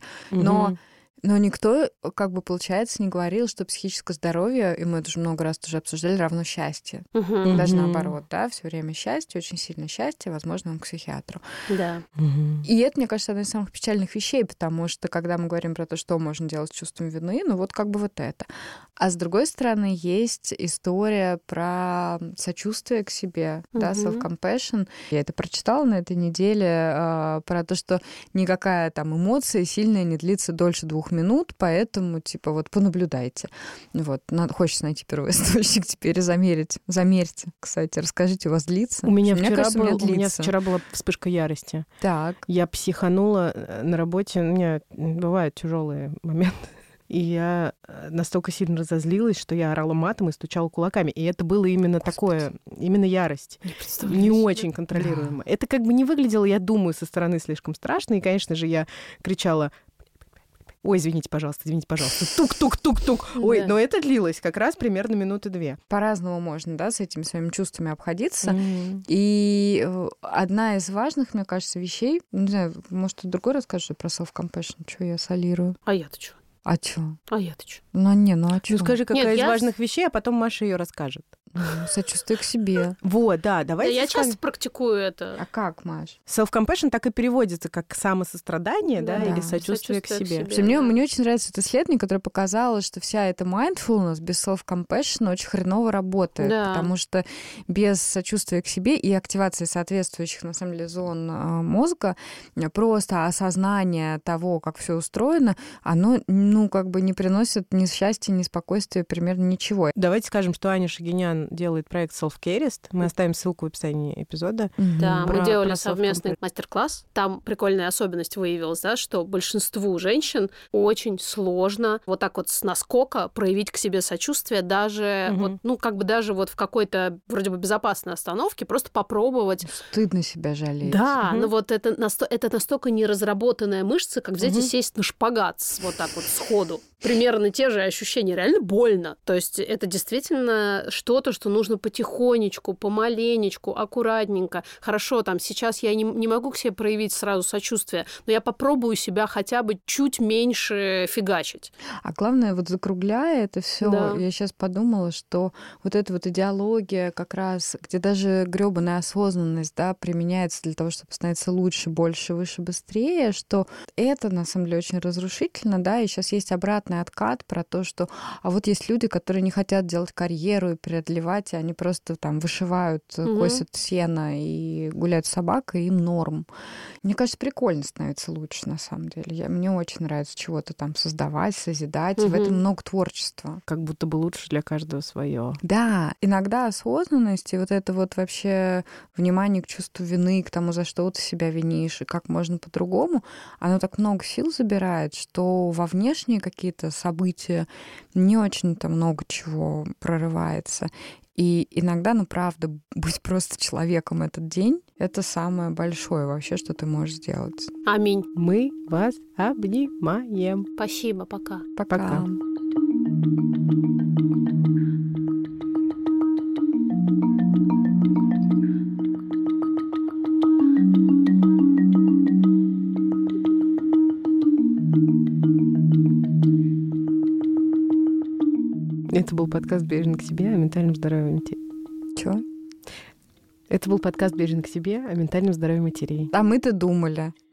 [SPEAKER 7] Но никто, как бы, получается, не говорил, что психическое здоровье, и мы это уже много раз тоже обсуждали, равно счастье. Даже наоборот, да, все время счастье, очень сильное счастье, возможно, к психиатру.
[SPEAKER 2] Да.
[SPEAKER 7] И это, мне кажется, одна из самых печальных вещей, потому что, когда мы говорим про то, что можно делать с чувством вины, ну вот как бы вот это. А с другой стороны, есть история про сочувствие к себе, да, self-compassion. Я это прочитала на этой неделе, про то, что никакая там эмоция сильная не длится дольше 2 минут, поэтому, типа, вот понаблюдайте. Вот, хочется найти первоисточник теперь и замерить. Замерьте, кстати, расскажите, у вас длится?
[SPEAKER 1] У меня
[SPEAKER 7] Мне
[SPEAKER 1] вчера была вспышка ярости.
[SPEAKER 7] Так.
[SPEAKER 1] Я психанула на работе. У меня бывают тяжелые моменты. И я настолько сильно разозлилась, что я орала матом и стучала кулаками. И это было именно такое, именно ярость. Не очень контролируемая. Это как бы не выглядело, я думаю, со стороны слишком страшно. И, конечно же, я кричала: ой, извините, пожалуйста, тук-тук-тук-тук. Ой, но это длилось как раз примерно 2 минуты.
[SPEAKER 7] По-разному можно, да, с этими своими чувствами обходиться. И одна из важных, мне кажется, вещей, не знаю, может, ты другой расскажешь про self-compassion, что я солирую?
[SPEAKER 2] А я-то чё?
[SPEAKER 7] А чё?
[SPEAKER 2] А я-то чё?
[SPEAKER 7] Ну чё?
[SPEAKER 1] Ну скажи, какая
[SPEAKER 2] Нет,
[SPEAKER 1] из
[SPEAKER 2] я
[SPEAKER 1] важных вещей, а потом Маша ее расскажет.
[SPEAKER 7] Сочувствие к себе.
[SPEAKER 1] Вот, да,
[SPEAKER 2] Да,
[SPEAKER 1] давайте
[SPEAKER 2] я
[SPEAKER 1] скажем.
[SPEAKER 2] часто практикую это.
[SPEAKER 7] А как, Маш?
[SPEAKER 1] Self-compassion так и переводится как самосострадание, да,
[SPEAKER 2] Да.
[SPEAKER 1] или сочувствие к себе.
[SPEAKER 7] Мне очень нравится это исследование, которое показало, что вся эта mindfulness без self-compassion очень хреново работает,
[SPEAKER 2] Да.
[SPEAKER 7] потому что без сочувствия к себе и активации соответствующих, на самом деле, зон мозга, просто осознание того, как все устроено, оно, ну, как бы не приносит ни счастья, ни спокойствия, примерно ничего.
[SPEAKER 1] Давайте скажем, что Аня Шагинян делает проект Self-Carist. Мы оставим ссылку в описании эпизода.
[SPEAKER 2] Да, мы
[SPEAKER 1] Про-
[SPEAKER 2] делали
[SPEAKER 1] про
[SPEAKER 2] совместный мастер-класс. Там прикольная особенность выявилась, да, что большинству женщин очень сложно вот так вот с наскока проявить к себе сочувствие, даже вот, ну, как бы даже вот в какой-то вроде бы безопасной остановке просто попробовать.
[SPEAKER 7] Стыдно себя жалеть.
[SPEAKER 2] Да, но вот это настолько неразработанная мышца, как взять и сесть на шпагат вот так вот сходу. Примерно те же ощущения, реально больно. То есть это действительно что-то, что нужно потихонечку, помаленечку, аккуратненько. Хорошо, там сейчас я не могу к себе проявить сразу сочувствие, но я попробую себя хотя бы чуть меньше фигачить.
[SPEAKER 7] А главное, вот закругляя это все,
[SPEAKER 2] Да.
[SPEAKER 7] я сейчас подумала, что вот эта вот идеология как раз, где даже грёбаная осознанность, да, применяется для того, чтобы становиться лучше, больше, выше, быстрее, что это, на самом деле, очень разрушительно, да, и сейчас есть обратный откат про то, что а вот есть люди, которые не хотят делать карьеру и преодолевать, и они просто там вышивают, косят сено и гуляют с собакой, и им норм. Мне кажется, прикольно становится лучше, на самом деле. Мне очень нравится чего-то там создавать, созидать, в этом много творчества.
[SPEAKER 1] Как будто бы лучше для каждого свое.
[SPEAKER 7] Да, иногда осознанность и вот это вот вообще внимание к чувству вины, к тому, за что ты себя винишь, и как можно по-другому, оно так много сил забирает, что во внешние какие-то события не очень-то много чего прорывается. И иногда, ну, правда, быть просто человеком этот день — это самое большое вообще, что ты можешь сделать.
[SPEAKER 2] Аминь.
[SPEAKER 1] Мы вас обнимаем.
[SPEAKER 2] Спасибо, пока.
[SPEAKER 1] Пока. Это был подкаст «Бережно к себе» о ментальном здоровье матерей.
[SPEAKER 7] Чё?
[SPEAKER 1] Это был подкаст «Бережно к себе» о ментальном здоровье матерей.
[SPEAKER 7] А мы-то думали.